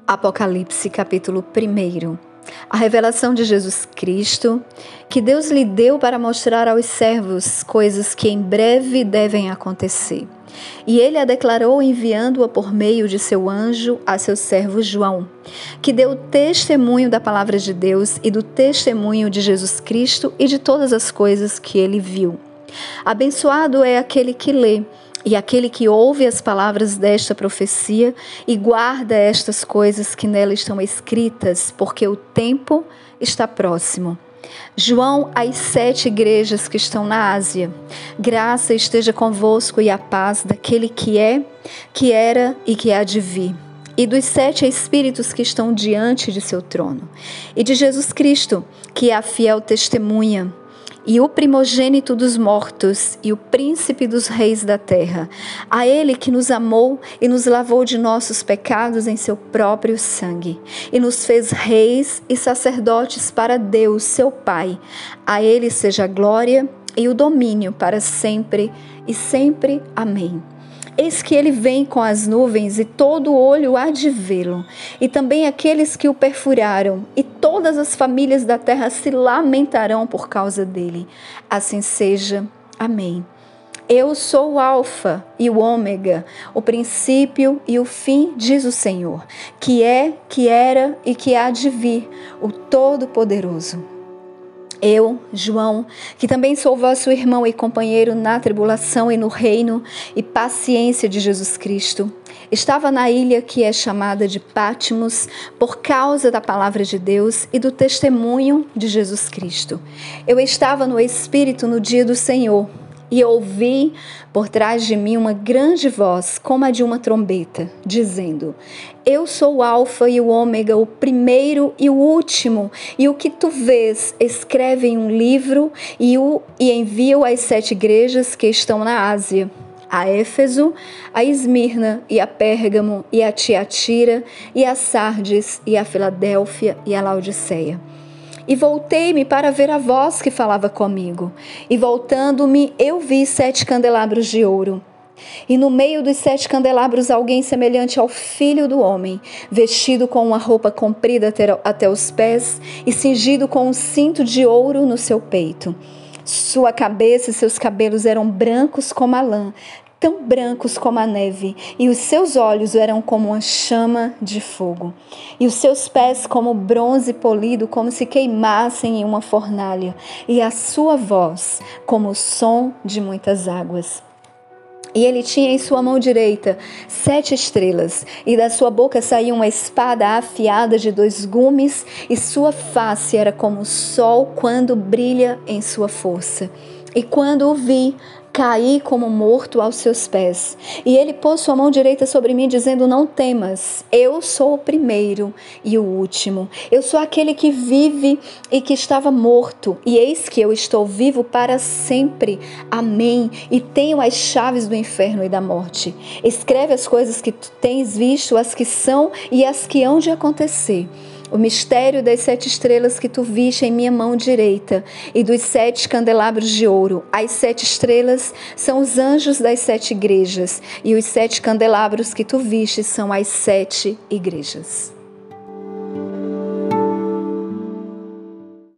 Apocalipse, capítulo 1. A revelação de Jesus Cristo, que Deus lhe deu para mostrar aos servos coisas que em breve devem acontecer. E ele a declarou enviando-a por meio de seu anjo a seu servo João, que deu testemunho da palavra de Deus e do testemunho de Jesus Cristo e de todas as coisas que ele viu. Abençoado é aquele que lê, e aquele que ouve as palavras desta profecia e guarda estas coisas que nela estão escritas, porque o tempo está próximo. João, às 7 igrejas que estão na Ásia, graça esteja convosco e a paz daquele que é, que era e que há de vir, e dos 7 espíritos que estão diante de seu trono, e de Jesus Cristo, que é a fiel testemunha, e o primogênito dos mortos, e o príncipe dos reis da terra, a ele que nos amou e nos lavou de nossos pecados em seu próprio sangue, e nos fez reis e sacerdotes para Deus, seu Pai. A ele seja a glória e o domínio para sempre e sempre. Amém. Eis que ele vem com as nuvens e todo olho há de vê-lo, e também aqueles que o perfuraram, e todas as famílias da terra se lamentarão por causa dele. Assim seja. Amém. Eu sou o Alfa e o Ômega, o princípio e o fim, diz o Senhor, que é, que era e que há de vir, o Todo-Poderoso. Eu, João, que também sou vosso irmão e companheiro na tribulação e no reino e paciência de Jesus Cristo, estava na ilha que é chamada de Patmos por causa da palavra de Deus e do testemunho de Jesus Cristo. Eu estava no Espírito no dia do Senhor e ouvi por trás de mim uma grande voz, como a de uma trombeta, dizendo: Eu sou o Alfa e o Ômega, o primeiro e o último, e o que tu vês, escreve em um livro e envia-o às 7 igrejas que estão na Ásia, a Éfeso, a Esmirna e a Pérgamo e a Tiatira e a Sardes e a Filadélfia e a Laodiceia. E voltei-me para ver a voz que falava comigo. E voltando-me, eu vi 7 candelabros de ouro. E no meio dos 7 candelabros alguém semelhante ao Filho do Homem, vestido com uma roupa comprida até os pés e cingido com um cinto de ouro no seu peito. Sua cabeça e seus cabelos eram brancos como a lã, tão brancos como a neve, e os seus olhos eram como uma chama de fogo, e os seus pés como bronze polido, como se queimassem em uma fornalha, e a sua voz como o som de muitas águas. E ele tinha em sua mão direita 7 estrelas, e da sua boca saía uma espada afiada de 2 gumes, e sua face era como o sol quando brilha em sua força. E quando o vi, caí como morto aos seus pés. E ele pôs sua mão direita sobre mim, dizendo: Não temas, eu sou o primeiro e o último. Eu sou aquele que vive e que estava morto, e eis que eu estou vivo para sempre. Amém. E tenho as chaves do inferno e da morte. Escreve as coisas que tu tens visto, as que são e as que hão de acontecer. O mistério das 7 estrelas que tu viste em minha mão direita e dos 7 candelabros de ouro. As 7 estrelas são os anjos das 7 igrejas, e os 7 candelabros que tu viste são as 7 igrejas.